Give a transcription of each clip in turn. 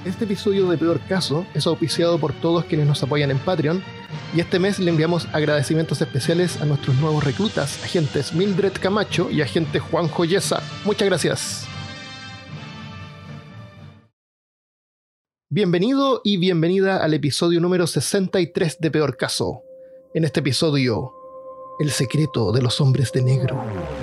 Este episodio de Peor Caso es auspiciado por todos quienes nos apoyan en Patreon, y este mes le enviamos agradecimientos especiales a nuestros nuevos reclutas, agentes Mildred Camacho y agente Juanjo Yesa. Muchas gracias. Bienvenido y bienvenida al episodio número 63 de Peor Caso. En este episodio, el secreto de los hombres de negro.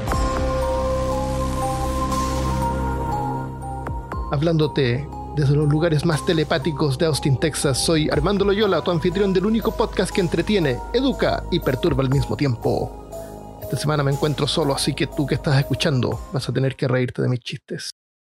Hablándote desde los lugares más telepáticos de Austin, Texas, soy Armando Loyola, tu anfitrión del único podcast que entretiene, educa y perturba al mismo tiempo. Esta semana me encuentro solo, así que tú que estás escuchando vas a tener que reírte de mis chistes.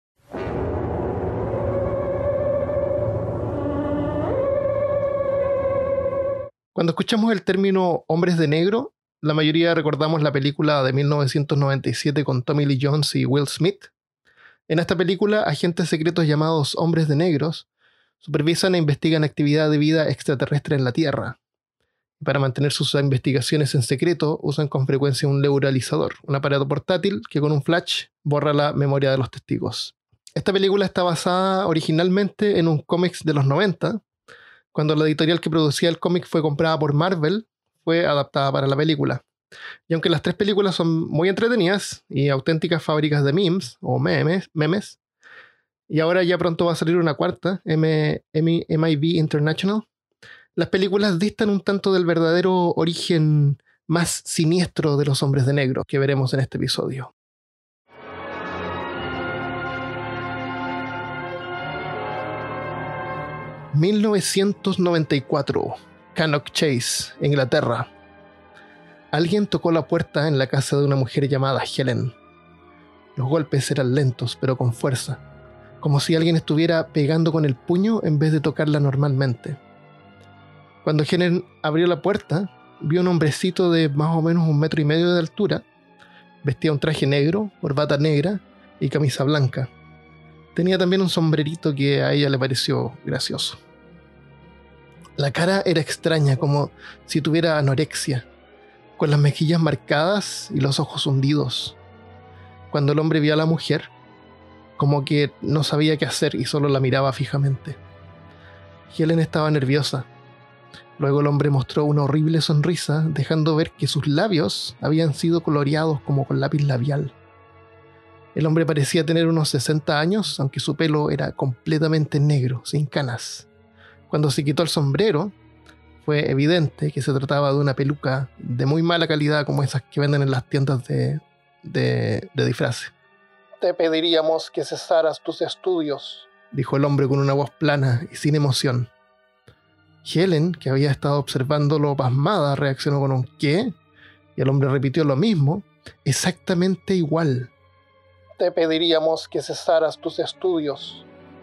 Cuando escuchamos el término hombres de negro, la mayoría recordamos la película de 1997 con Tommy Lee Jones y Will Smith. En esta película, agentes secretos llamados hombres de negros supervisan e investigan actividad de vida extraterrestre en la Tierra. Para mantener sus investigaciones en secreto, usan con frecuencia un neuralizador, un aparato portátil que con un flash borra la memoria de los testigos. Esta película está basada originalmente en un cómics de los 90. Cuando la editorial que producía el cómic fue comprada por Marvel, fue adaptada para la película. Y aunque las tres películas son muy entretenidas y auténticas fábricas de memes, y ahora ya pronto va a salir una cuarta, MIB International, las películas distan un tanto del verdadero origen más siniestro de los hombres de negro que veremos en este episodio. ...1994... Cannock Chase, Inglaterra. Alguien tocó la puerta en la casa de una mujer llamada Helen. Los golpes eran lentos, pero con fuerza, como si alguien estuviera pegando con el puño en vez de tocarla normalmente. Cuando Helen abrió la puerta, vio un hombrecito de más o menos 1,5 metros de altura. Vestía un traje negro, corbata negra y camisa blanca. Tenía también un sombrerito que a ella le pareció gracioso. La cara era extraña, como si tuviera anorexia, con las mejillas marcadas y los ojos hundidos. Cuando el hombre vio a la mujer, como que no sabía qué hacer y solo la miraba fijamente. Helen estaba nerviosa. Luego el hombre mostró una horrible sonrisa, dejando ver que sus labios habían sido coloreados como con lápiz labial. El hombre parecía tener unos 60 años, aunque su pelo era completamente negro, sin canas. Cuando se quitó el sombrero, fue evidente que se trataba de una peluca de muy mala calidad, como esas que venden en las tiendas de disfraces. «Te pediríamos que cesaras tus estudios», dijo el hombre con una voz plana y sin emoción. Helen, que había estado observándolo pasmada, reaccionó con un «¿qué?», y el hombre repitió lo mismo, exactamente igual. «Te pediríamos que cesaras tus estudios».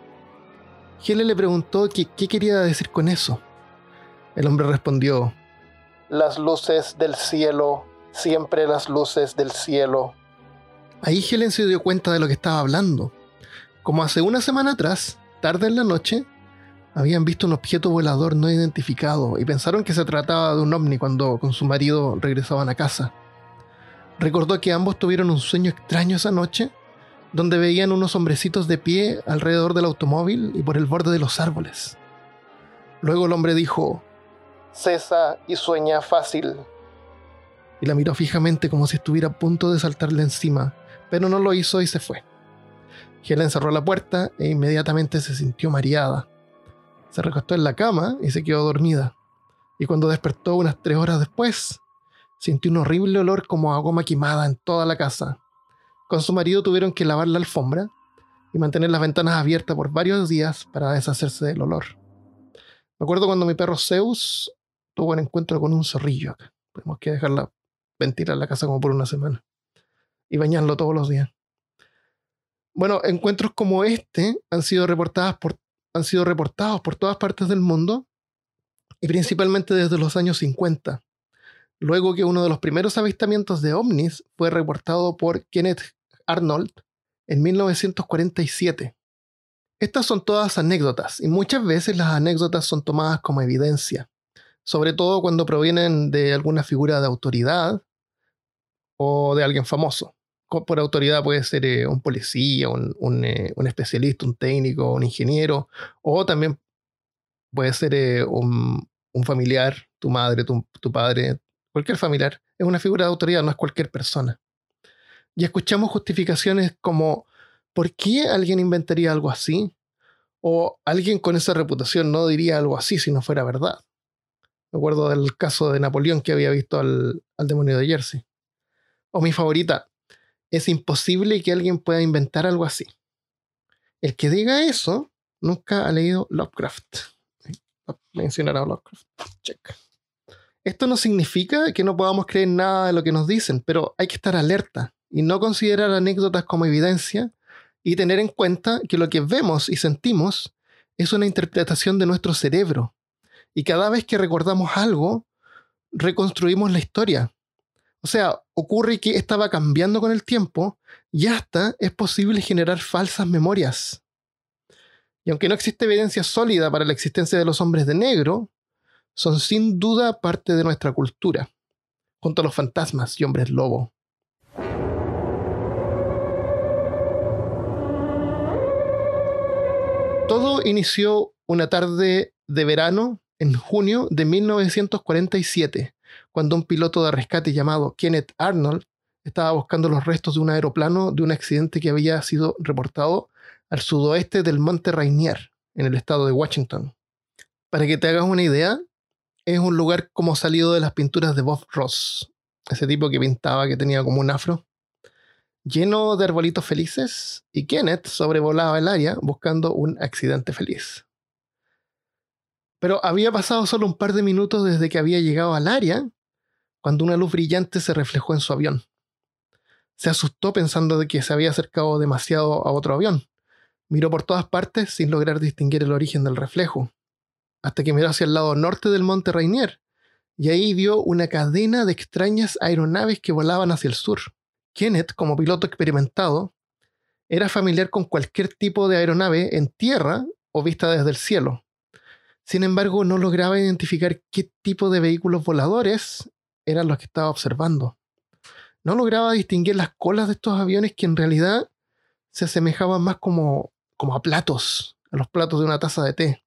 Helen le preguntó qué quería decir con eso. El hombre respondió: «Las luces del cielo, siempre las luces del cielo». Ahí Helen se dio cuenta de lo que estaba hablando. Como hace una semana atrás, tarde en la noche, habían visto un objeto volador no identificado y pensaron que se trataba de un ovni cuando con su marido regresaban a casa. Recordó que ambos tuvieron un sueño extraño esa noche, donde veían unos hombrecitos de pie alrededor del automóvil y por el borde de los árboles. Luego el hombre dijo: «Cesa y sueña fácil». Y la miró fijamente como si estuviera a punto de saltarle encima, pero no lo hizo y se fue. Helen cerró la puerta e inmediatamente se sintió mareada. Se recostó en la cama y se quedó dormida. Y cuando despertó unas 3 horas después, sintió un horrible olor como a goma quemada en toda la casa. Con su marido tuvieron que lavar la alfombra y mantener las ventanas abiertas por varios días para deshacerse del olor. Me acuerdo cuando mi perro Zeus tuvo un encuentro con un zorrillo acá. Tuvimos que dejarla ventilar la casa como por una semana y bañarlo todos los días. Bueno, encuentros como este han sido reportados por todas partes del mundo y principalmente desde los años 50. Luego que uno de los primeros avistamientos de ovnis fue reportado por Kenneth Arnold en 1947. Estas son todas anécdotas y muchas veces las anécdotas son tomadas como evidencia, sobre todo cuando provienen de alguna figura de autoridad o de alguien famoso, por autoridad puede ser un policía, un especialista, un técnico, un ingeniero, o también puede ser un familiar, tu madre, tu padre, cualquier familiar. Es una figura de autoridad, no es cualquier persona. Y escuchamos justificaciones como, ¿por qué alguien inventaría algo así? O alguien con esa reputación no diría algo así si no fuera verdad. Me acuerdo del caso de Napoleón que había visto al demonio de Jersey. O mi favorita, es imposible que alguien pueda inventar algo así. El que diga eso nunca ha leído Lovecraft. Mencionar a Lovecraft. Check. Esto no significa que no podamos creer nada de lo que nos dicen, pero hay que estar alerta y no considerar anécdotas como evidencia y tener en cuenta que lo que vemos y sentimos es una interpretación de nuestro cerebro. Y cada vez que recordamos algo, reconstruimos la historia. O sea, ocurre que esta va cambiando con el tiempo y hasta es posible generar falsas memorias. Y aunque no existe evidencia sólida para la existencia de los hombres de negro, son sin duda parte de nuestra cultura, junto a los fantasmas y hombres lobo. Todo inició una tarde de verano en junio de 1947, cuando un piloto de rescate llamado Kenneth Arnold estaba buscando los restos de un aeroplano de un accidente que había sido reportado al sudoeste del Monte Rainier, en el estado de Washington. Para que te hagas una idea, es un lugar como salido de las pinturas de Bob Ross, ese tipo que pintaba, que tenía como un afro, lleno de arbolitos felices, y Kenneth sobrevolaba el área buscando un accidente feliz. Pero había pasado solo un par de minutos desde que había llegado al área, cuando una luz brillante se reflejó en su avión. Se asustó pensando de que se había acercado demasiado a otro avión. Miró por todas partes sin lograr distinguir el origen del reflejo, hasta que miró hacia el lado norte del Monte Rainier, y ahí vio una cadena de extrañas aeronaves que volaban hacia el sur. Kenneth, como piloto experimentado, era familiar con cualquier tipo de aeronave en tierra o vista desde el cielo. Sin embargo, no lograba identificar qué tipo de vehículos voladores eran los que estaba observando. No lograba distinguir las colas de estos aviones que en realidad se asemejaban más como a platos, a los platos de una taza de té.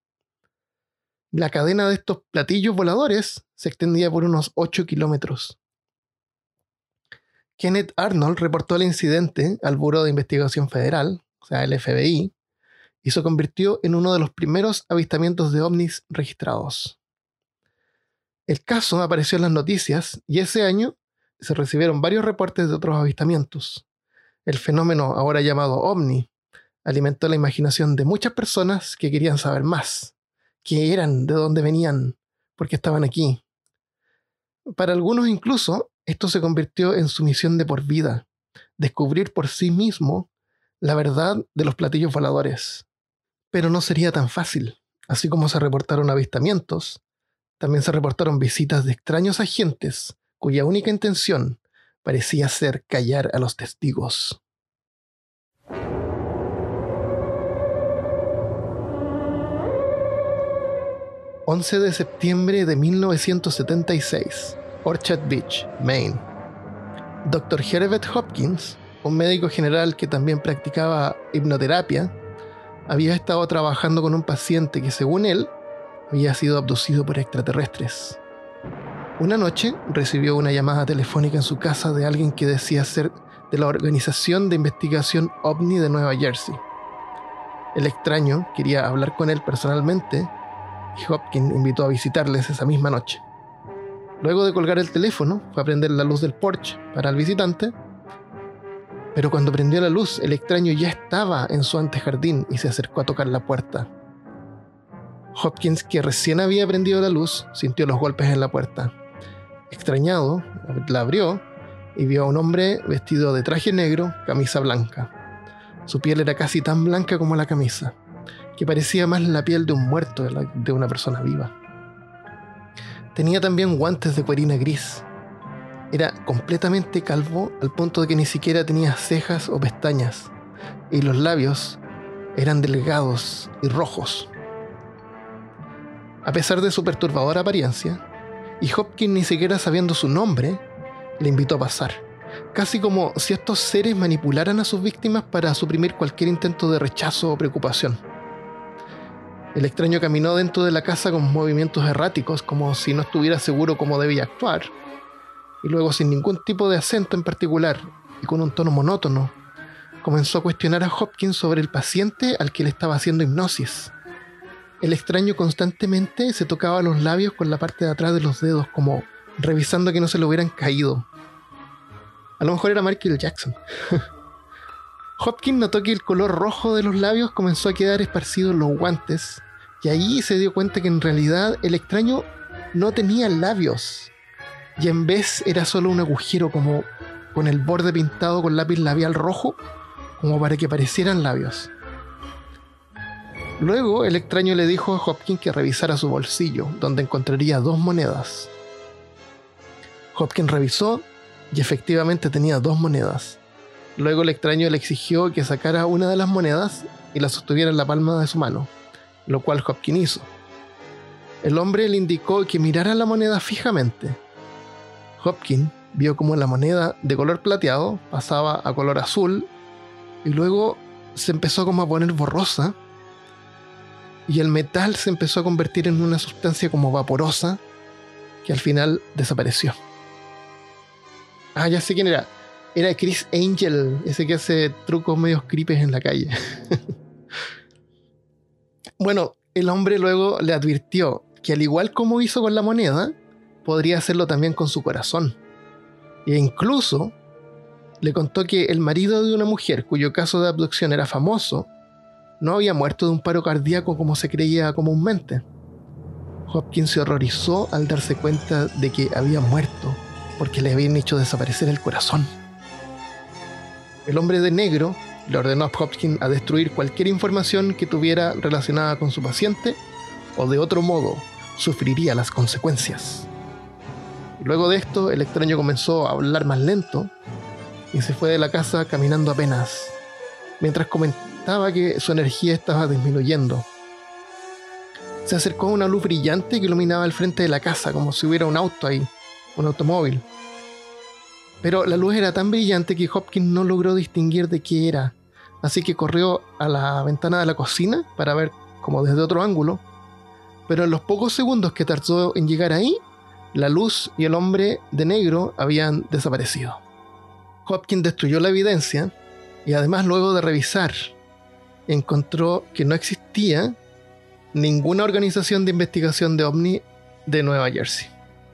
La cadena de estos platillos voladores se extendía por unos 8 kilómetros. Kenneth Arnold reportó el incidente al Buró de Investigación Federal, o sea, el FBI, y se convirtió en uno de los primeros avistamientos de ovnis registrados. El caso apareció en las noticias y ese año se recibieron varios reportes de otros avistamientos. El fenómeno, ahora llamado ovni, alimentó la imaginación de muchas personas que querían saber más. ¿Qué eran? ¿De dónde venían? ¿Por qué estaban aquí? Para algunos incluso, esto se convirtió en su misión de por vida, descubrir por sí mismo la verdad de los platillos voladores. Pero no sería tan fácil. Así como se reportaron avistamientos, también se reportaron visitas de extraños agentes cuya única intención parecía ser callar a los testigos. ...11 de septiembre de 1976... Orchard Beach, Maine. Dr. Herbert Hopkins, un médico general que también practicaba hipnoterapia, había estado trabajando con un paciente que, según él, había sido abducido por extraterrestres. Una noche recibió una llamada telefónica en su casa de alguien que decía ser de la Organización de Investigación OVNI de Nueva Jersey. El extraño quería hablar con él personalmente y Hopkins invitó a visitarles esa misma noche. Luego de colgar el teléfono, fue a prender la luz del porche para el visitante, pero cuando prendió la luz, el extraño ya estaba en su antejardín y se acercó a tocar la puerta. Hopkins, que recién había prendido la luz, sintió los golpes en la puerta. Extrañado, la abrió y vio a un hombre vestido de traje negro, camisa blanca. Su piel era casi tan blanca como la camisa, que parecía más la piel de un muerto de una persona viva. Tenía también guantes de cuerina gris. Era completamente calvo al punto de que ni siquiera tenía cejas o pestañas, y los labios eran delgados y rojos. A pesar de su perturbadora apariencia, y Hopkins ni siquiera sabiendo su nombre, le invitó a pasar. casi como si estos seres manipularan a sus víctimas para suprimir cualquier intento de rechazo o preocupación. El extraño caminó dentro de la casa con movimientos erráticos, como si no estuviera seguro cómo debía actuar, y luego, sin ningún tipo de acento en particular y con un tono monótono, comenzó a cuestionar a Hopkins sobre el paciente al que le estaba haciendo hipnosis. El extraño constantemente se tocaba los labios con la parte de atrás de los dedos, como revisando que no se le hubieran caído. A lo mejor era Michael Jackson. Hopkins notó que el color rojo de los labios comenzó a quedar esparcido en los guantes, y ahí se dio cuenta que en realidad el extraño no tenía labios, y en vez era solo un agujero como con el borde pintado con lápiz labial rojo, como para que parecieran labios. Luego el extraño le dijo a Hopkins que revisara su bolsillo, donde encontraría 2 monedas. Hopkins revisó y efectivamente tenía 2 monedas. Luego el extraño le exigió que sacara una de las monedas y la sostuviera en la palma de su mano, lo cual Hopkins hizo. El hombre le indicó que mirara la moneda fijamente. Hopkins vio como la moneda de color plateado pasaba a color azul y luego se empezó como a poner borrosa y el metal se empezó a convertir en una sustancia como vaporosa que al final desapareció. Ah, ya sé quién era. Era Chris Angel, ese que hace trucos medios creepy en la calle. Bueno, el hombre luego le advirtió que al igual como hizo con la moneda, podría hacerlo también con su corazón. E incluso le contó que el marido de una mujer cuyo caso de abducción era famoso, no había muerto de un paro cardíaco como se creía comúnmente. Hopkins se horrorizó al darse cuenta de que había muerto porque le habían hecho desaparecer el corazón. El hombre de negro le ordenó a Hopkins a destruir cualquier información que tuviera relacionada con su paciente o de otro modo sufriría las consecuencias. Luego de esto, el extraño comenzó a hablar más lento y se fue de la casa caminando apenas, mientras comentaba que su energía estaba disminuyendo. Se acercó a una luz brillante que iluminaba el frente de la casa, como si hubiera un auto ahí, un automóvil. Pero la luz era tan brillante que Hopkins no logró distinguir de qué era, así que corrió a la ventana de la cocina para ver como desde otro ángulo, pero en los pocos segundos que tardó en llegar ahí, la luz y el hombre de negro habían desaparecido. Hopkins destruyó la evidencia y además, luego de revisar, encontró que no existía ninguna organización de investigación de ovni de Nueva Jersey.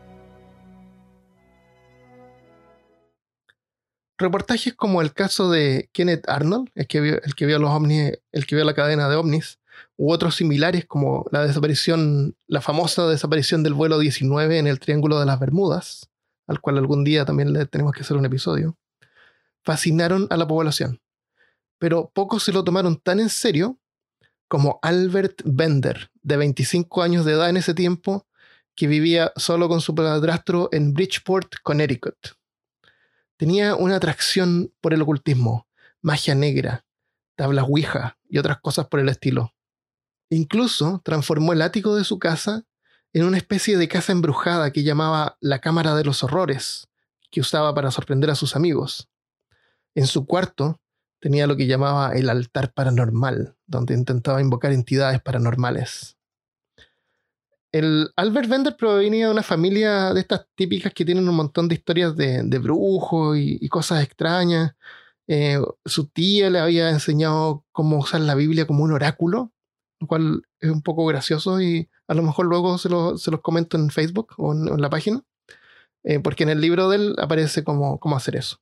Reportajes como el caso de Kenneth Arnold, el que vio los ovnis, el que vio la cadena de ovnis, u otros similares como la famosa desaparición del vuelo 19 en el Triángulo de las Bermudas, al cual algún día también le tenemos que hacer un episodio, fascinaron a la población. Pero pocos se lo tomaron tan en serio como Albert Bender, de 25 años de edad en ese tiempo, que vivía solo con su padrastro en Bridgeport, Connecticut. Tenía una atracción por el ocultismo, magia negra, tablas Ouija y otras cosas por el estilo. Incluso transformó el ático de su casa en una especie de casa embrujada que llamaba la Cámara de los Horrores, que usaba para sorprender a sus amigos. En su cuarto tenía lo que llamaba el altar paranormal, donde intentaba invocar entidades paranormales. El Albert Bender provenía de una familia de estas típicas que tienen un montón de historias de brujos y cosas extrañas. Su tía le había enseñado cómo usar la Biblia como un oráculo, lo cual es un poco gracioso y a lo mejor luego se los comento en Facebook o en la página, porque en el libro de él aparece cómo hacer eso.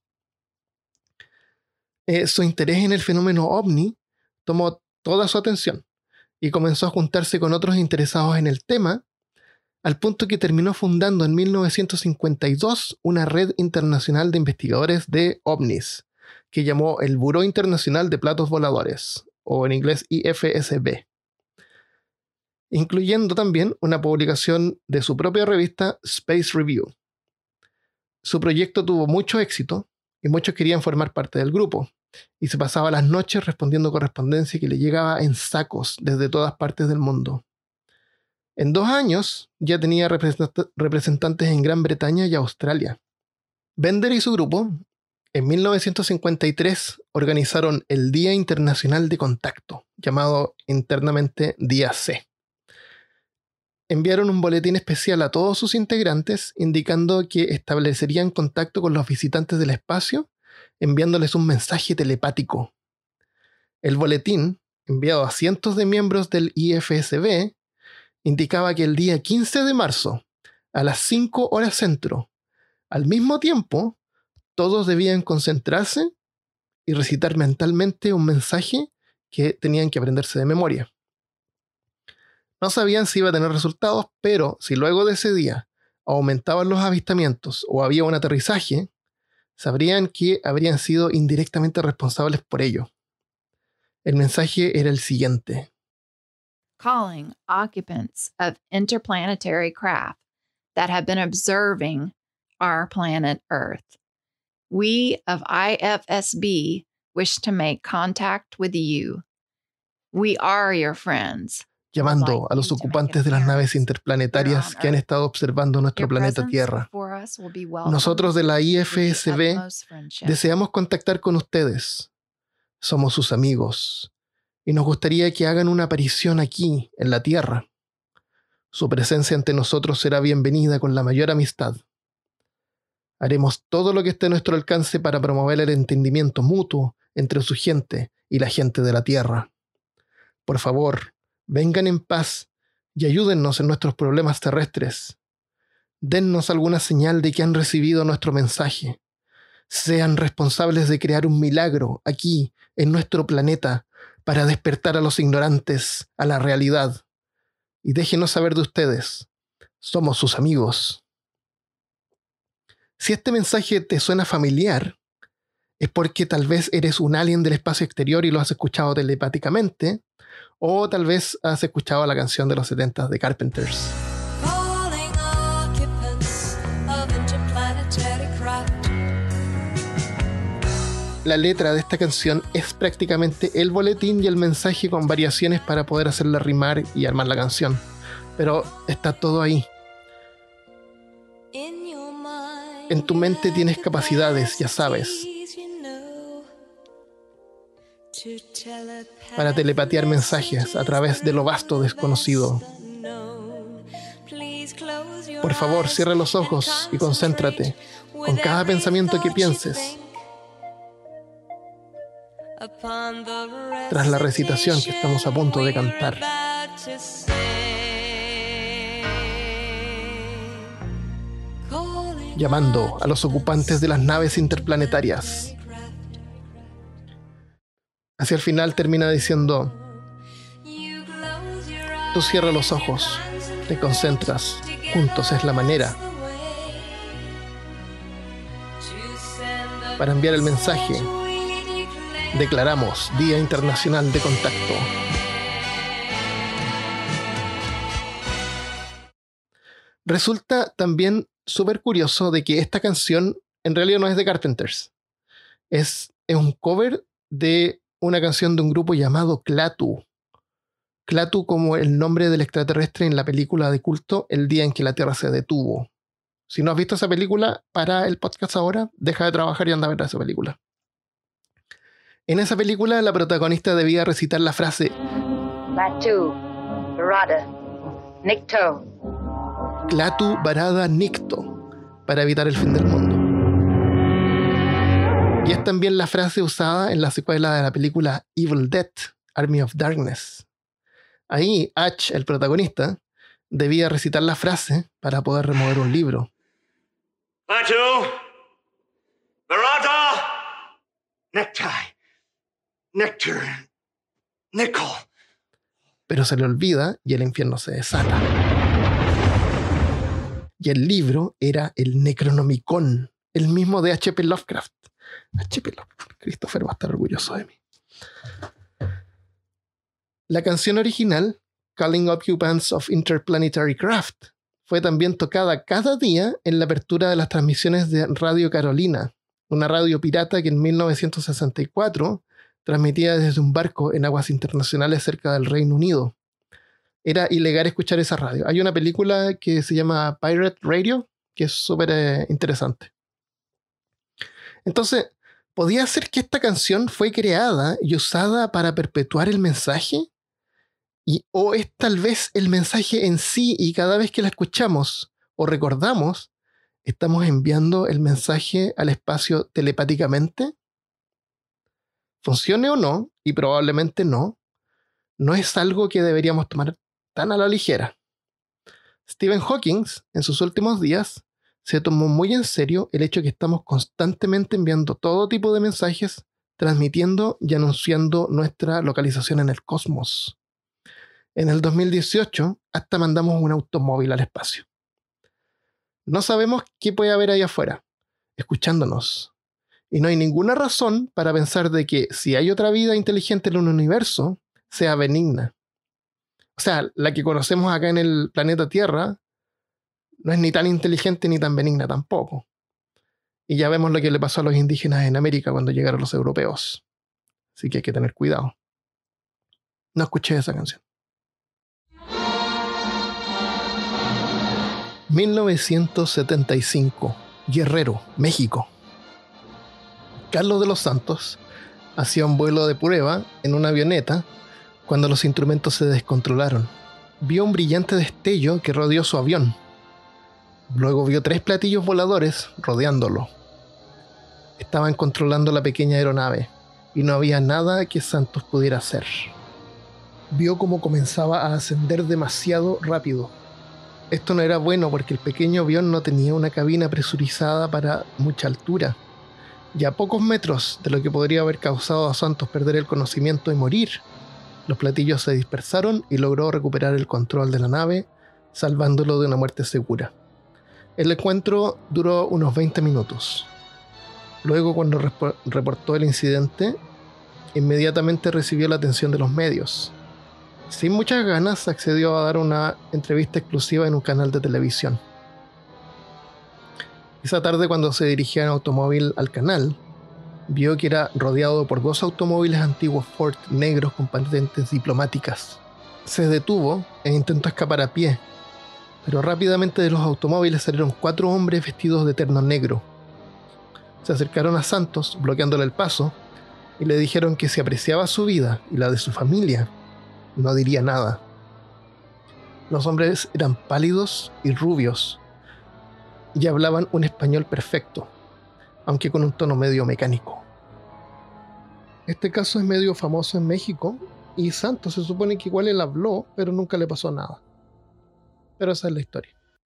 Su interés en el fenómeno ovni tomó toda su atención y comenzó a juntarse con otros interesados en el tema, al punto que terminó fundando en 1952 una red internacional de investigadores de ovnis, que llamó el Buró Internacional de Platos Voladores, o en inglés IFSB, incluyendo también una publicación de su propia revista Space Review. Su proyecto tuvo mucho éxito y muchos querían formar parte del grupo, y se pasaba las noches respondiendo correspondencia que le llegaba en sacos desde todas partes del mundo. En 2 años ya tenía representantes en Gran Bretaña y Australia. Bender y su grupo En 1953 organizaron el Día Internacional de Contacto, llamado internamente Día C. Enviaron un boletín especial a todos sus integrantes indicando que establecerían contacto con los visitantes del espacio enviándoles un mensaje telepático. El boletín, enviado a cientos de miembros del IFSB, indicaba que el día 15 de marzo, a las 5 horas centro, al mismo tiempo, todos debían concentrarse y recitar mentalmente un mensaje que tenían que aprenderse de memoria. No sabían si iba a tener resultados, pero si luego de ese día aumentaban los avistamientos o había un aterrizaje, sabrían que habrían sido indirectamente responsables por ello. El mensaje era el siguiente. Calling occupants of interplanetary craft that have been observing our planet Earth. We of IFSB wish to make contact with you. We are your friends. Llamando a los ocupantes de las naves interplanetarias que han estado observando nuestro planeta Tierra. Nosotros de la IFSB deseamos contactar con ustedes. Somos sus amigos y nos gustaría que hagan una aparición aquí, en la Tierra. Su presencia ante nosotros será bienvenida con la mayor amistad. Haremos todo lo que esté a nuestro alcance para promover el entendimiento mutuo entre su gente y la gente de la Tierra. Por favor, vengan en paz y ayúdennos en nuestros problemas terrestres. Dennos alguna señal de que han recibido nuestro mensaje. Sean responsables de crear un milagro aquí, en nuestro planeta, para despertar a los ignorantes a la realidad. Y déjenos saber de ustedes. Somos sus amigos. Si este mensaje te suena familiar, es porque tal vez eres un alien del espacio exterior y lo has escuchado telepáticamente, o tal vez has escuchado la canción de los 70 de Carpenters. La letra de esta canción es prácticamente el boletín y el mensaje con variaciones para poder hacerla rimar y armar la canción. Pero está todo ahí. En tu mente tienes capacidades, ya sabes, para telepatear mensajes a través de lo vasto desconocido. Por favor, cierra los ojos y concéntrate con cada pensamiento que pienses. Tras la recitación que estamos a punto de cantar. Llamando a los ocupantes de las naves interplanetarias. Hacia el final termina diciendo: tú cierras los ojos, te concentras, juntos es la manera para enviar el mensaje. Declaramos Día Internacional de Contacto. Resulta también súper curioso de que esta canción en realidad no es de Carpenters. Es un cover de una canción de un grupo llamado Klaatu. Klaatu como el nombre del extraterrestre en la película de culto El día en que la Tierra se detuvo. Si no has visto esa película, para el podcast ahora, deja de trabajar y anda a ver esa película. En esa película, la protagonista debía recitar la frase Klaatu, Barada, Nikto. Klaatu, Barada, Nikto, para evitar el fin del mundo. Y es también la frase usada en la secuela de la película Evil Dead, Army of Darkness. Ahí, Ash, el protagonista, debía recitar la frase para poder remover un libro. Klaatu, Barada, Necktie. Nectar, Nickel. Pero se le olvida y el infierno se desata. Y el libro era el Necronomicon, el mismo de H.P. Lovecraft. H.P. Lovecraft, Christopher va a estar orgulloso de mí. La canción original, Calling Occupants of Interplanetary Craft, fue también tocada cada día en la apertura de las transmisiones de Radio Carolina, una radio pirata que en 1964 transmitía desde un barco en aguas internacionales cerca del Reino Unido. Era ilegal escuchar esa radio. Hay una película que se llama Pirate Radio, que es súper interesante. Entonces, ¿Podía ser que esta canción fue creada y usada para perpetuar el mensaje? ¿O es tal vez el mensaje en sí y cada vez que la escuchamos o recordamos, estamos enviando el mensaje al espacio telepáticamente? Funcione o no, y probablemente no es algo que deberíamos tomar tan a la ligera. Stephen Hawking, en sus últimos días, se tomó muy en serio el hecho de que estamos constantemente enviando todo tipo de mensajes, transmitiendo y anunciando nuestra localización en el cosmos. En el 2018, hasta mandamos un automóvil al espacio. No sabemos qué puede haber ahí afuera, escuchándonos. Y no hay ninguna razón para pensar de que si hay otra vida inteligente en el universo, sea benigna. O sea, la que conocemos acá en el planeta Tierra no es ni tan inteligente ni tan benigna tampoco. Y ya vemos lo que le pasó a los indígenas en América cuando llegaron los europeos. Así que hay que tener cuidado. No escuché esa canción. 1975, Guerrero, México. Carlos de los Santos hacía un vuelo de prueba en una avioneta cuando los instrumentos se descontrolaron. Vio un brillante destello que rodeó su avión. Luego vio 3 platillos voladores rodeándolo. Estaban controlando la pequeña aeronave y no había nada que Santos pudiera hacer. Vio cómo comenzaba a ascender demasiado rápido. Esto no era bueno porque el pequeño avión no tenía una cabina presurizada para mucha altura. Y a pocos metros de lo que podría haber causado a Santos perder el conocimiento y morir, los platillos se dispersaron y logró recuperar el control de la nave, salvándolo de una muerte segura. El encuentro duró unos 20 minutos. Luego, cuando reportó el incidente, inmediatamente recibió la atención de los medios. Sin muchas ganas, accedió a dar una entrevista exclusiva en un canal de televisión. Esa tarde, cuando se dirigía en automóvil al canal, vio que era rodeado por 2 automóviles antiguos Ford negros con patentes diplomáticas. Se detuvo e intentó escapar a pie, pero rápidamente de los automóviles salieron 4 hombres vestidos de terno negro. Se acercaron a Santos, bloqueándole el paso, y le dijeron que si apreciaba su vida y la de su familia, no diría nada. Los hombres eran pálidos y rubios, y hablaban un español perfecto, aunque con un tono medio mecánico. Este caso es medio famoso en México, y Santos se supone que igual él habló, pero nunca le pasó nada. Pero esa es la historia.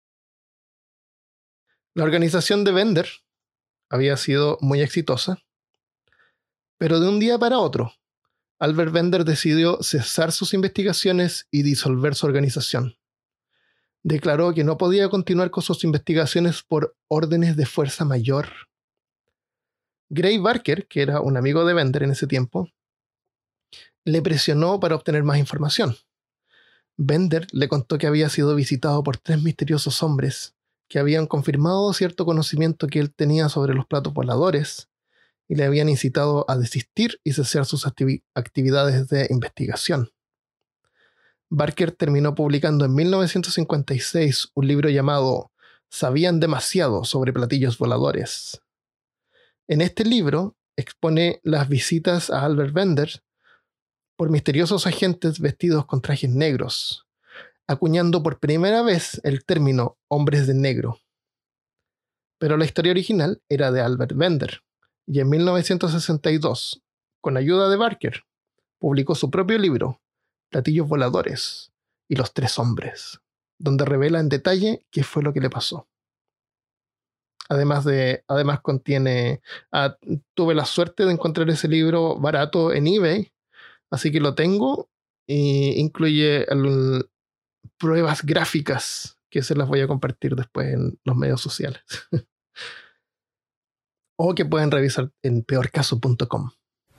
La organización de Bender había sido muy exitosa, pero de un día para otro, Albert Bender decidió cesar sus investigaciones y disolver su organización. Declaró que no podía continuar con sus investigaciones por órdenes de fuerza mayor. Gray Barker, que era un amigo de Bender en ese tiempo, le presionó para obtener más información. Bender le contó que había sido visitado por 3 misteriosos hombres que habían confirmado cierto conocimiento que él tenía sobre los platos voladores y le habían incitado a desistir y cesar sus actividades de investigación. Barker terminó publicando en 1956 un libro llamado Sabían demasiado sobre platillos voladores. En este libro expone las visitas a Albert Bender por misteriosos agentes vestidos con trajes negros, acuñando por primera vez el término hombres de negro. Pero la historia original era de Albert Bender, y en 1962, con ayuda de Barker, publicó su propio libro, Platillos Voladores y los 3 hombres, donde revela en detalle qué fue lo que le pasó. Además contiene... tuve la suerte de encontrar ese libro barato en eBay, así que lo tengo, y incluye pruebas gráficas que se las voy a compartir después en los medios sociales. O que pueden revisar en peorcaso.com.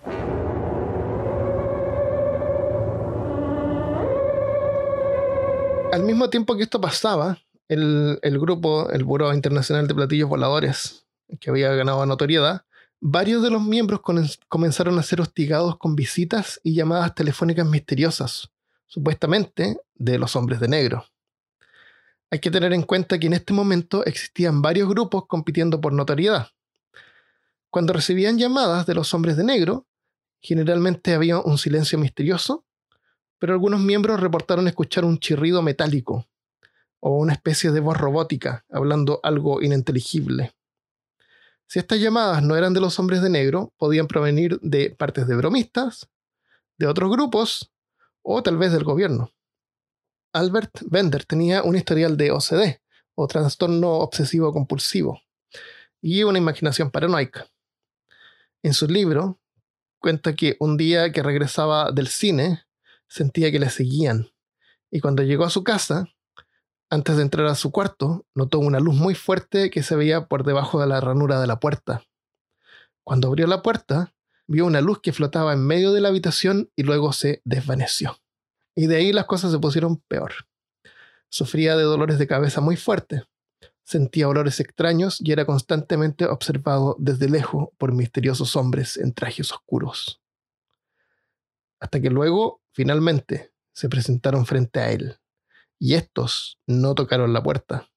Al mismo tiempo que esto pasaba, el grupo, el Buró Internacional de Platillos Voladores, que había ganado notoriedad, varios de los miembros comenzaron a ser hostigados con visitas y llamadas telefónicas misteriosas, supuestamente de los hombres de negro. Hay que tener en cuenta que en este momento existían varios grupos compitiendo por notoriedad. Cuando recibían llamadas de los hombres de negro, generalmente había un silencio misterioso, pero algunos miembros reportaron escuchar un chirrido metálico o una especie de voz robótica hablando algo ininteligible. Si estas llamadas no eran de los hombres de negro, podían provenir de partes de bromistas, de otros grupos o tal vez del gobierno. Albert Bender tenía un historial de OCD, o trastorno obsesivo compulsivo, y una imaginación paranoica. En su libro, cuenta que un día que regresaba del cine, sentía que le seguían, y cuando llegó a su casa, antes de entrar a su cuarto, notó una luz muy fuerte que se veía por debajo de la ranura de la puerta. Cuando abrió la puerta, vio una luz que flotaba en medio de la habitación y luego se desvaneció. Y de ahí las cosas se pusieron peor. Sufría de dolores de cabeza muy fuertes, sentía olores extraños y era constantemente observado desde lejos por misteriosos hombres en trajes oscuros. Hasta que luego, finalmente, se presentaron frente a él. Y estos no tocaron la puerta.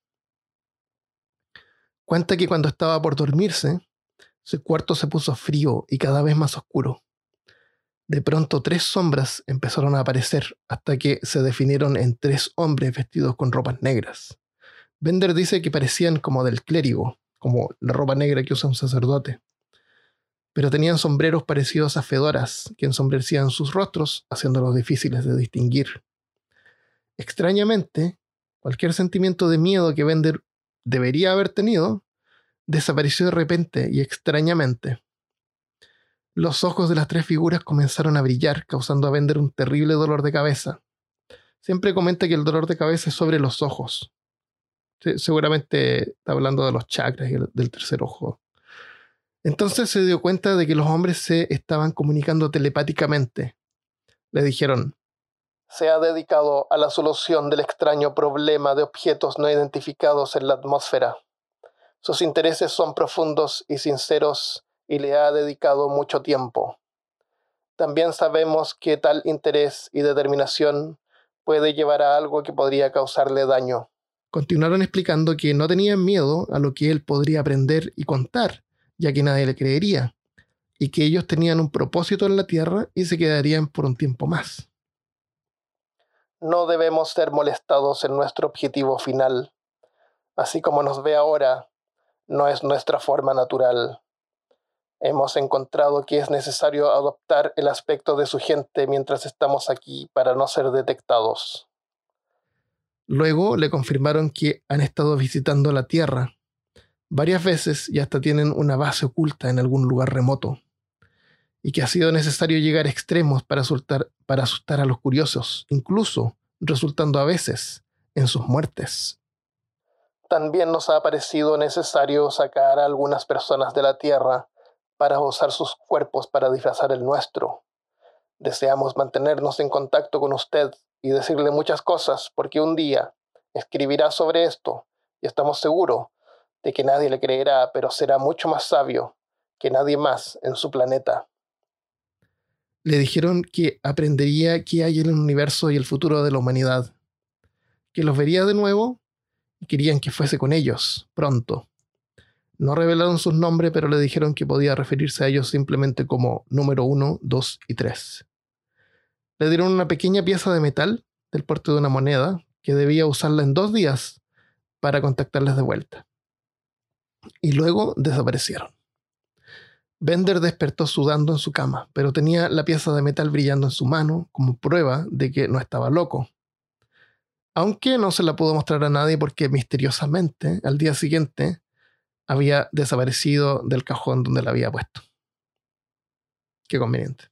Cuenta que cuando estaba por dormirse, su cuarto se puso frío y cada vez más oscuro. De pronto 3 sombras empezaron a aparecer hasta que se definieron en 3 hombres vestidos con ropas negras. Bender dice que parecían como del clérigo, como la ropa negra que usa un sacerdote. Pero tenían sombreros parecidos a fedoras que ensombrecían sus rostros, haciéndolos difíciles de distinguir. Extrañamente, cualquier sentimiento de miedo que Bender debería haber tenido, desapareció de repente y extrañamente. Los ojos de las 3 figuras comenzaron a brillar, causando a Bender un terrible dolor de cabeza. Siempre comenta que el dolor de cabeza es sobre los ojos. Seguramente está hablando de los chakras y del tercer ojo. Entonces se dio cuenta de que los hombres se estaban comunicando telepáticamente. Le dijeron: se ha dedicado a la solución del extraño problema de objetos no identificados en la atmósfera. Sus intereses son profundos y sinceros y le ha dedicado mucho tiempo. También sabemos que tal interés y determinación puede llevar a algo que podría causarle daño. Continuaron explicando que no tenían miedo a lo que él podría aprender y contar, ya que nadie le creería, y que ellos tenían un propósito en la Tierra y se quedarían por un tiempo más. No debemos ser molestados en nuestro objetivo final. Así como nos ve ahora, no es nuestra forma natural. Hemos encontrado que es necesario adoptar el aspecto de su gente mientras estamos aquí para no ser detectados. Luego le confirmaron que han estado visitando la Tierra varias veces y hasta tienen una base oculta en algún lugar remoto, y que ha sido necesario llegar a extremos para asustar a los curiosos, incluso resultando a veces en sus muertes. También nos ha parecido necesario sacar a algunas personas de la Tierra para usar sus cuerpos para disfrazar el nuestro. Deseamos mantenernos en contacto con usted y decirle muchas cosas, porque un día escribirá sobre esto y estamos seguros de que nadie le creerá, pero será mucho más sabio que nadie más en su planeta. Le dijeron que aprendería qué hay en el universo y el futuro de la humanidad, que los vería de nuevo y querían que fuese con ellos pronto. No revelaron sus nombres, pero le dijeron que podía referirse a ellos simplemente como número 1, 2 y 3. Le dieron una pequeña pieza de metal del porte de una moneda que debía usarla en 2 días para contactarles de vuelta. Y luego desaparecieron. Bender despertó sudando en su cama, pero tenía la pieza de metal brillando en su mano como prueba de que no estaba loco. Aunque no se la pudo mostrar a nadie porque misteriosamente, al día siguiente, había desaparecido del cajón donde la había puesto. Qué conveniente.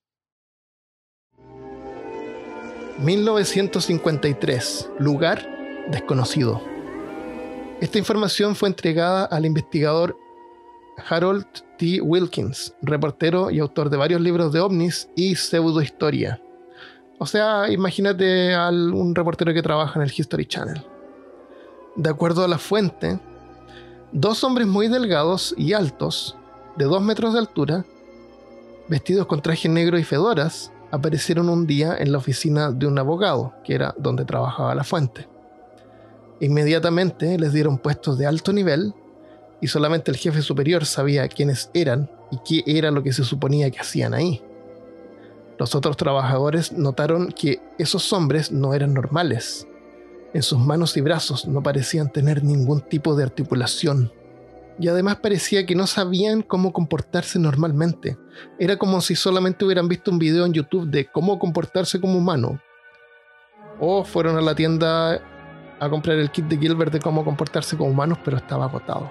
1953. Lugar desconocido. Esta información fue entregada al investigador Harold T. Wilkins, reportero y autor de varios libros de ovnis y pseudohistoria. O sea, imagínate a un reportero que trabaja en el History Channel. De acuerdo a la fuente, 2 hombres muy delgados y altos, de 2 metros de altura, vestidos con traje negro y fedoras, aparecieron un día en la oficina de un abogado, que era donde trabajaba la fuente. Inmediatamente les dieron puestos de alto nivel y solamente el jefe superior sabía quiénes eran y qué era lo que se suponía que hacían ahí. Los otros trabajadores notaron que esos hombres no eran normales. En sus manos y brazos no parecían tener ningún tipo de articulación. Y además parecía que no sabían cómo comportarse normalmente. Era como si solamente hubieran visto un video en YouTube de cómo comportarse como humano. O fueron a la tienda a comprar el kit de Gilbert de cómo comportarse como humanos, pero estaba agotado.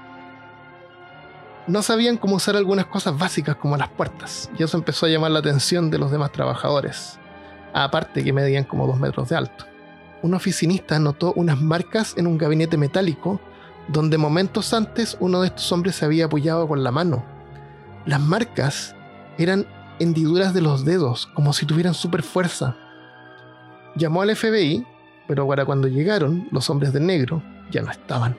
No sabían cómo usar algunas cosas básicas como las puertas, y eso empezó a llamar la atención de los demás trabajadores, aparte que medían como 2 metros de alto. Un oficinista notó unas marcas en un gabinete metálico donde momentos antes uno de estos hombres se había apoyado con la mano. Las marcas eran hendiduras de los dedos, como si tuvieran super fuerza. Llamó al FBI, pero para cuando llegaron, los hombres de negro ya no estaban.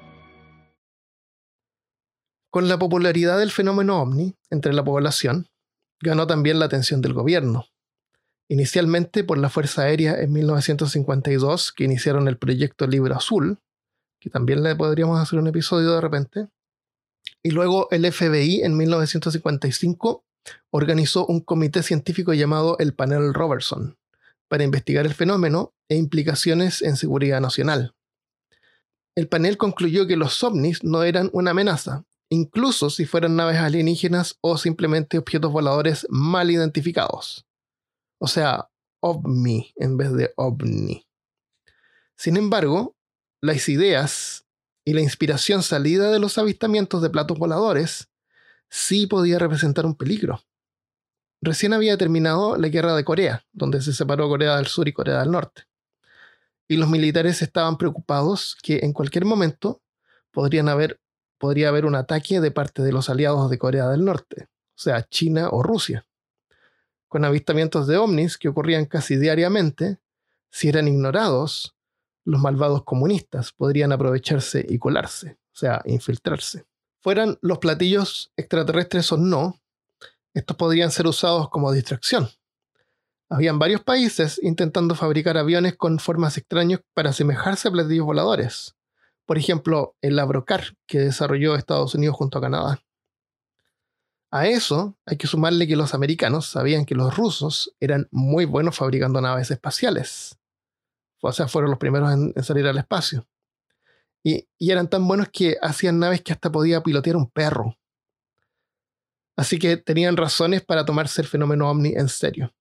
Con la popularidad del fenómeno ovni entre la población, ganó también la atención del gobierno. Inicialmente por la Fuerza Aérea en 1952, que iniciaron el proyecto Libro Azul, que también le podríamos hacer un episodio de repente, y luego el FBI en 1955 organizó un comité científico llamado el Panel Robertson para investigar el fenómeno e implicaciones en seguridad nacional. El panel concluyó que los ovnis no eran una amenaza, incluso si fueran naves alienígenas o simplemente objetos voladores mal identificados. O sea, OVNI en vez de OVNI. Sin embargo, las ideas y la inspiración salida de los avistamientos de platos voladores sí podía representar un peligro. Recién había terminado la guerra de Corea, donde se separó Corea del Sur y Corea del Norte. Y los militares estaban preocupados que en cualquier momento podría haber un ataque de parte de los aliados de Corea del Norte, o sea, China o Rusia. Con avistamientos de ovnis que ocurrían casi diariamente, si eran ignorados, los malvados comunistas podrían aprovecharse y colarse, o sea, infiltrarse. Fueran los platillos extraterrestres o no, estos podrían ser usados como distracción. Habían varios países intentando fabricar aviones con formas extrañas para asemejarse a platillos voladores. Por ejemplo, el Avrocar, que desarrolló Estados Unidos junto a Canadá. A eso hay que sumarle que los americanos sabían que los rusos eran muy buenos fabricando naves espaciales. O sea, fueron los primeros en salir al espacio. Y eran tan buenos que hacían naves que hasta podía pilotear un perro. Así que tenían razones para tomarse el fenómeno ovni en serio.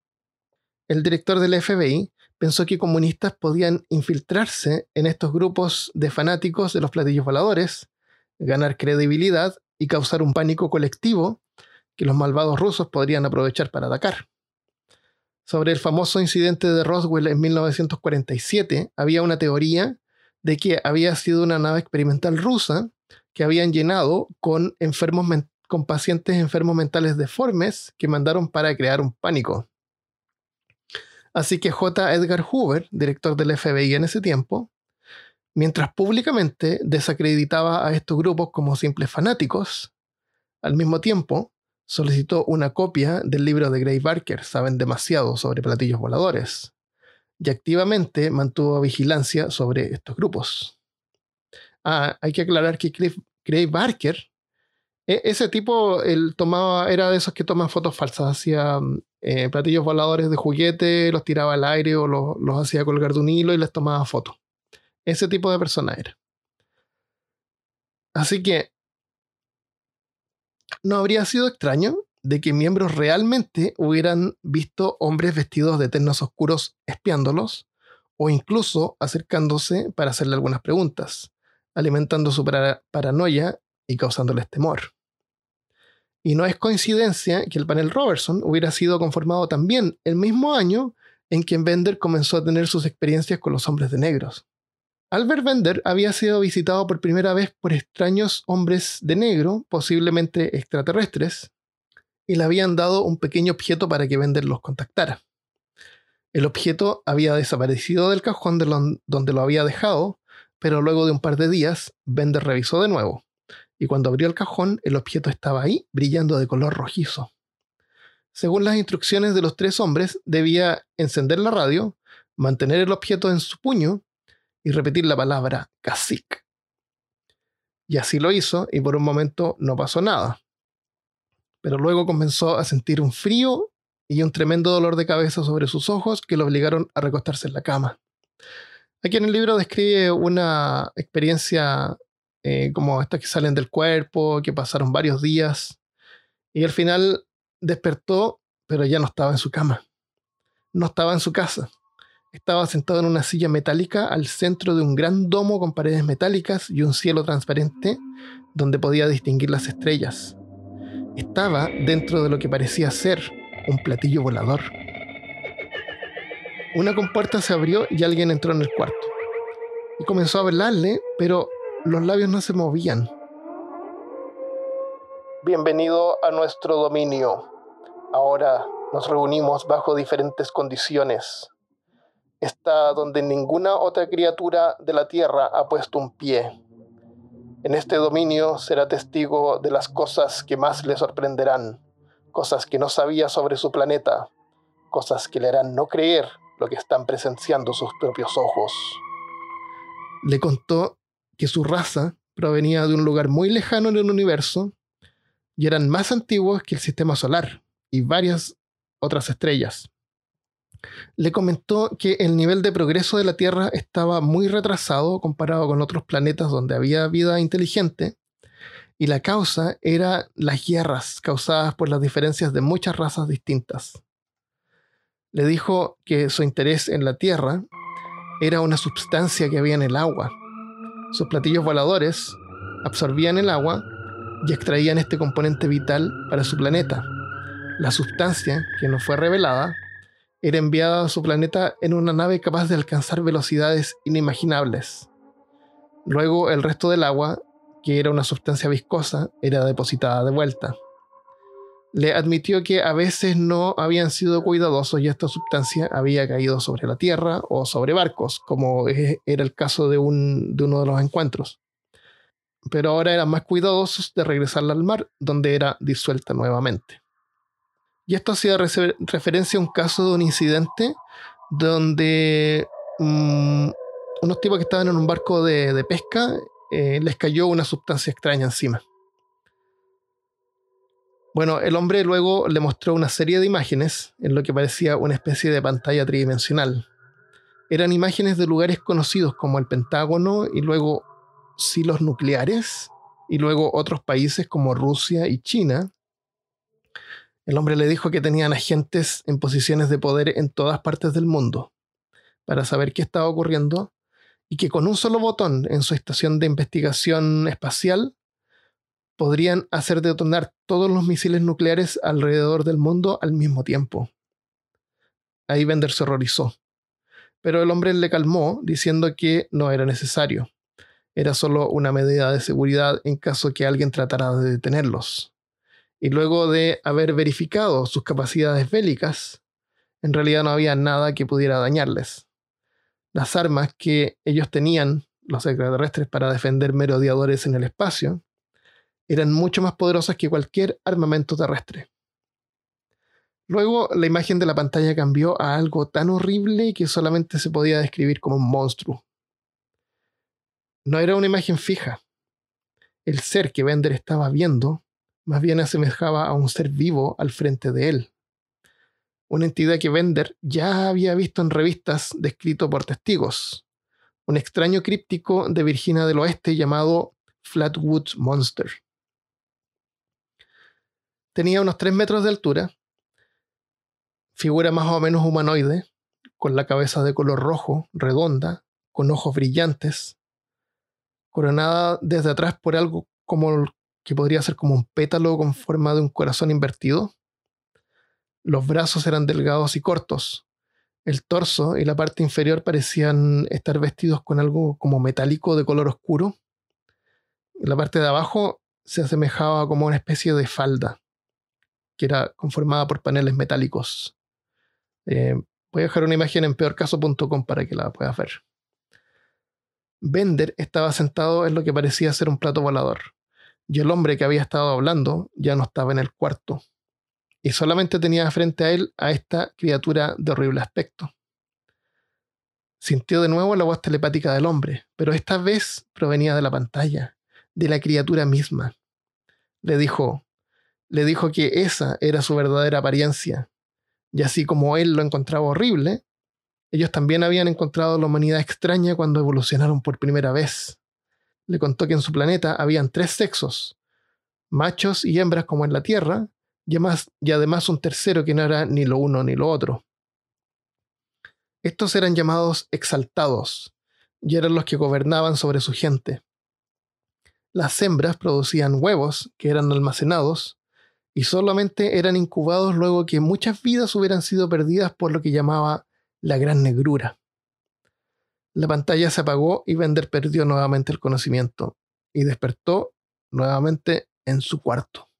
El director del FBI pensó que comunistas podían infiltrarse en estos grupos de fanáticos de los platillos voladores, ganar credibilidad y causar un pánico colectivo que los malvados rusos podrían aprovechar para atacar. Sobre el famoso incidente de Roswell en 1947, había una teoría de que había sido una nave experimental rusa que habían llenado con pacientes enfermos mentales deformes que mandaron para crear un pánico. Así que J. Edgar Hoover, director del FBI en ese tiempo, mientras públicamente desacreditaba a estos grupos como simples fanáticos, al mismo tiempo solicitó una copia del libro de Gray Barker, Saben demasiado sobre platillos voladores, y activamente mantuvo vigilancia sobre estos grupos. Hay que aclarar que Gray Barker, ese tipo, era de esos que toman fotos falsas, hacía platillos voladores de juguete, los tiraba al aire o los hacía colgar de un hilo y les tomaba fotos. Ese tipo de persona era. Así que no habría sido extraño de que miembros realmente hubieran visto hombres vestidos de ternos oscuros espiándolos o incluso acercándose para hacerle algunas preguntas, alimentando su paranoia y causándoles temor. Y no es coincidencia que el panel Robertson hubiera sido conformado también el mismo año en que Bender comenzó a tener sus experiencias con los hombres de negros. Albert Bender había sido visitado por primera vez por extraños hombres de negro, posiblemente extraterrestres, y le habían dado un pequeño objeto para que Bender los contactara. El objeto había desaparecido del cajón donde lo había dejado, pero luego de un par de días, Bender revisó de nuevo, y cuando abrió el cajón, el objeto estaba ahí, brillando de color rojizo. Según las instrucciones de los 3 hombres, debía encender la radio, mantener el objeto en su puño y repetir la palabra cacique. Y así lo hizo, y por un momento no pasó nada. Pero luego comenzó a sentir un frío y un tremendo dolor de cabeza sobre sus ojos que lo obligaron a recostarse en la cama. Aquí en el libro describe una experiencia como estas que salen del cuerpo, que pasaron varios días, y al final despertó, pero ya no estaba en su cama. No estaba en su casa. Estaba sentado en una silla metálica al centro de un gran domo con paredes metálicas y un cielo transparente donde podía distinguir las estrellas. Estaba dentro de lo que parecía ser un platillo volador. Una compuerta se abrió y alguien entró en el cuarto. Y comenzó a hablarle, pero los labios no se movían. Bienvenido a nuestro dominio. Ahora nos reunimos bajo diferentes condiciones. Está donde ninguna otra criatura de la Tierra ha puesto un pie. En este dominio será testigo de las cosas que más le sorprenderán, cosas que no sabía sobre su planeta, cosas que le harán no creer lo que están presenciando sus propios ojos. Le contó que su raza provenía de un lugar muy lejano en el universo y eran más antiguos que el sistema solar y varias otras estrellas. Le comentó que el nivel de progreso de la Tierra estaba muy retrasado comparado con otros planetas donde había vida inteligente, y la causa era las guerras causadas por las diferencias de muchas razas distintas. Le dijo que su interés en la Tierra era una sustancia que había en el agua. Sus platillos voladores absorbían el agua y extraían este componente vital para su planeta. La sustancia, que no fue revelada, era enviada a su planeta en una nave capaz de alcanzar velocidades inimaginables. Luego el resto del agua, que era una sustancia viscosa, era depositada de vuelta. Le admitió que a veces no habían sido cuidadosos y esta sustancia había caído sobre la tierra o sobre barcos, como era el caso de uno de los encuentros. Pero ahora eran más cuidadosos de regresarla al mar, donde era disuelta nuevamente. Y esto hacía referencia a un caso de un incidente donde unos tipos que estaban en un barco de pesca les cayó una sustancia extraña encima. Bueno, el hombre luego le mostró una serie de imágenes en lo que parecía una especie de pantalla tridimensional. Eran imágenes de lugares conocidos como el Pentágono y luego silos nucleares y luego otros países como Rusia y China. El hombre le dijo que tenían agentes en posiciones de poder en todas partes del mundo para saber qué estaba ocurriendo y que con un solo botón en su estación de investigación espacial podrían hacer detonar todos los misiles nucleares alrededor del mundo al mismo tiempo. Ahí Bender se horrorizó, pero el hombre le calmó diciendo que no era necesario. Era solo una medida de seguridad en caso que alguien tratara de detenerlos. Y luego de haber verificado sus capacidades bélicas, en realidad no había nada que pudiera dañarles. Las armas que ellos tenían, los extraterrestres, para defender merodeadores en el espacio, eran mucho más poderosas que cualquier armamento terrestre. Luego, la imagen de la pantalla cambió a algo tan horrible que solamente se podía describir como un monstruo. No era una imagen fija. El ser que Bender estaba viendo más bien asemejaba a un ser vivo al frente de él. Una entidad que Bender ya había visto en revistas descrito por testigos. Un extraño críptico de Virginia del Oeste llamado Flatwood Monster. Tenía unos 3 metros de altura, figura más o menos humanoide, con la cabeza de color rojo, redonda, con ojos brillantes, coronada desde atrás por algo como que podría ser como un pétalo con forma de un corazón invertido. Los brazos eran delgados y cortos. El torso y la parte inferior parecían estar vestidos con algo como metálico de color oscuro. La parte de abajo se asemejaba como una especie de falda, que era conformada por paneles metálicos. Voy a dejar una imagen en peorcaso.com para que la puedas ver. Bender estaba sentado en lo que parecía ser un plato volador, y el hombre que había estado hablando ya no estaba en el cuarto, y solamente tenía frente a él a esta criatura de horrible aspecto. Sintió de nuevo la voz telepática del hombre, pero esta vez provenía de la pantalla, de la criatura misma. Le dijo que esa era su verdadera apariencia, y así como él lo encontraba horrible, ellos también habían encontrado la humanidad extraña cuando evolucionaron por primera vez. Le contó que en su planeta habían 3 sexos, machos y hembras como en la Tierra, y además un tercero que no era ni lo uno ni lo otro. Estos eran llamados exaltados, y eran los que gobernaban sobre su gente. Las hembras producían huevos que eran almacenados y solamente eran incubados luego que muchas vidas hubieran sido perdidas por lo que llamaba la gran negrura. La pantalla se apagó y Bender perdió nuevamente el conocimiento y despertó nuevamente en su cuarto.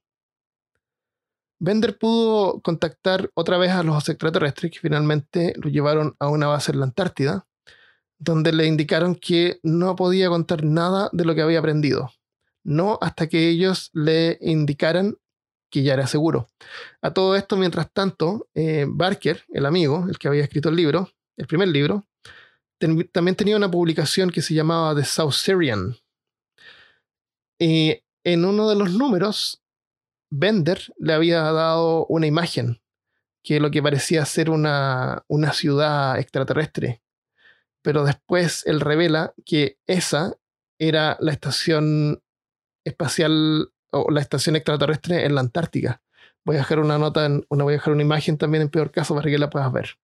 Bender pudo contactar otra vez a los extraterrestres que finalmente lo llevaron a una base en la Antártida, donde le indicaron que no podía contar nada de lo que había aprendido, no hasta que ellos le indicaran que ya era seguro. A todo esto, mientras tanto, Barker, el amigo, el que había escrito el libro, el primer libro, también tenía una publicación que se llamaba The South Syrian. Y en uno de los números, Bender le había dado una imagen, que lo que parecía ser una ciudad extraterrestre. Pero después él revela que esa era la estación espacial o la estación extraterrestre en la Antártica. Voy a dejar voy a dejar una imagen también en peor caso para que la puedas ver.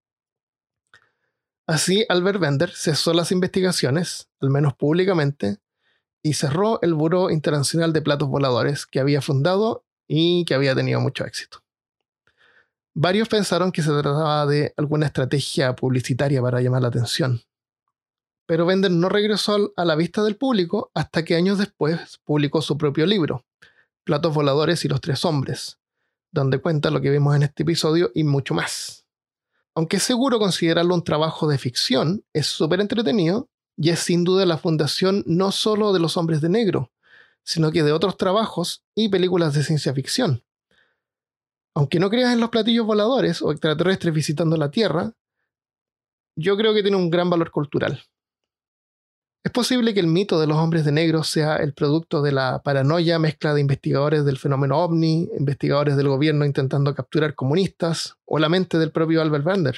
Así, Albert Bender cesó las investigaciones, al menos públicamente, y cerró el Buró Internacional de Platos Voladores que había fundado y que había tenido mucho éxito. Varios pensaron que se trataba de alguna estrategia publicitaria para llamar la atención. Pero Bender no regresó a la vista del público hasta que años después publicó su propio libro, Platos Voladores y los 3 hombres, donde cuenta lo que vimos en este episodio y mucho más. Aunque es seguro considerarlo un trabajo de ficción, es súper entretenido y es sin duda la fundación no solo de Los Hombres de Negro, sino que de otros trabajos y películas de ciencia ficción. Aunque no creas en los platillos voladores o extraterrestres visitando la Tierra, yo creo que tiene un gran valor cultural. Es posible que el mito de los hombres de negro sea el producto de la paranoia mezcla de investigadores del fenómeno ovni, investigadores del gobierno intentando capturar comunistas, o la mente del propio Albert Bender.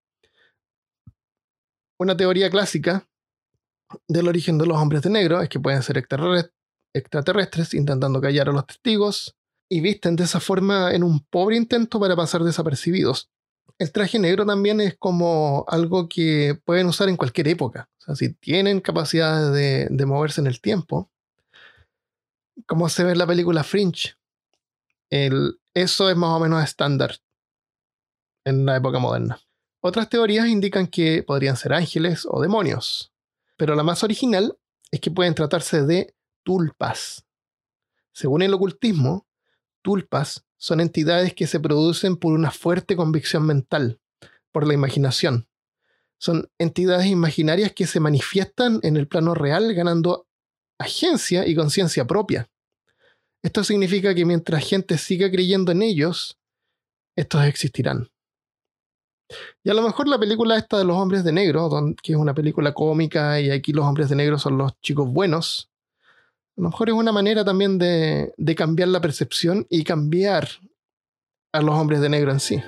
Una teoría clásica del origen de los hombres de negro es que pueden ser extraterrestres intentando callar a los testigos, y visten de esa forma en un pobre intento para pasar desapercibidos. El traje negro también es como algo que pueden usar en cualquier época. O sea, si tienen capacidad de moverse en el tiempo, como se ve en la película Fringe, eso es más o menos estándar en la época moderna. Otras teorías indican que podrían ser ángeles o demonios, pero la más original es que pueden tratarse de tulpas. Según el ocultismo, tulpas son entidades que se producen por una fuerte convicción mental, por la imaginación. Son entidades imaginarias que se manifiestan en el plano real ganando agencia y conciencia propia. Esto significa que mientras gente siga creyendo en ellos, estos existirán. Y a lo mejor la película esta de los hombres de negro, que es una película cómica y aquí los hombres de negro son los chicos buenos, a lo mejor es una manera también de cambiar la percepción y cambiar a los hombres de negro en sí.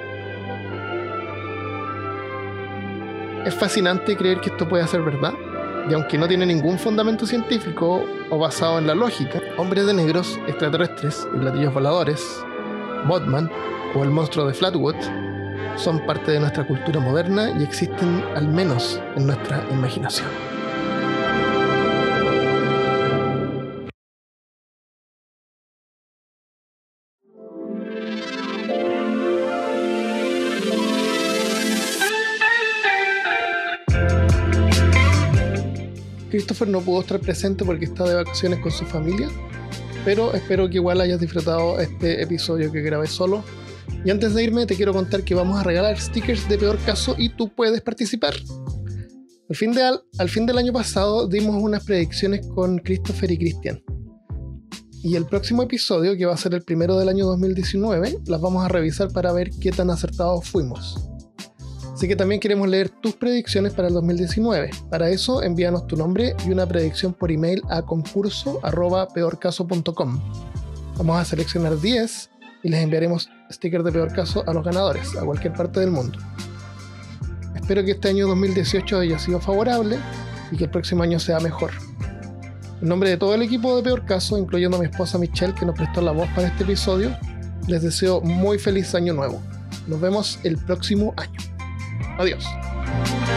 Es fascinante creer que esto puede ser verdad, y aunque no tiene ningún fundamento científico o basado en la lógica, hombres de negros, extraterrestres y platillos voladores, Mothman o el monstruo de Flatwood son parte de nuestra cultura moderna y existen al menos en nuestra imaginación. Christopher no pudo estar presente porque está de vacaciones con su familia, pero espero que igual hayas disfrutado este episodio que grabé solo. Y antes de irme te quiero contar que vamos a regalar stickers de Peor Caso y tú puedes participar. Al fin del año pasado dimos unas predicciones con Christopher y Cristian. Y el próximo episodio, que va a ser el primero del año 2019, las vamos a revisar para ver qué tan acertados fuimos. Así que también queremos leer tus predicciones para el 2019. Para eso, envíanos tu nombre y una predicción por email a concurso@peorcaso.com. Vamos a seleccionar 10 y les enviaremos stickers de Peor Caso a los ganadores, a cualquier parte del mundo. Espero que este año 2018 haya sido favorable y que el próximo año sea mejor. En nombre de todo el equipo de Peor Caso, incluyendo a mi esposa Michelle, que nos prestó la voz para este episodio, les deseo muy feliz año nuevo. Nos vemos el próximo año. Adiós.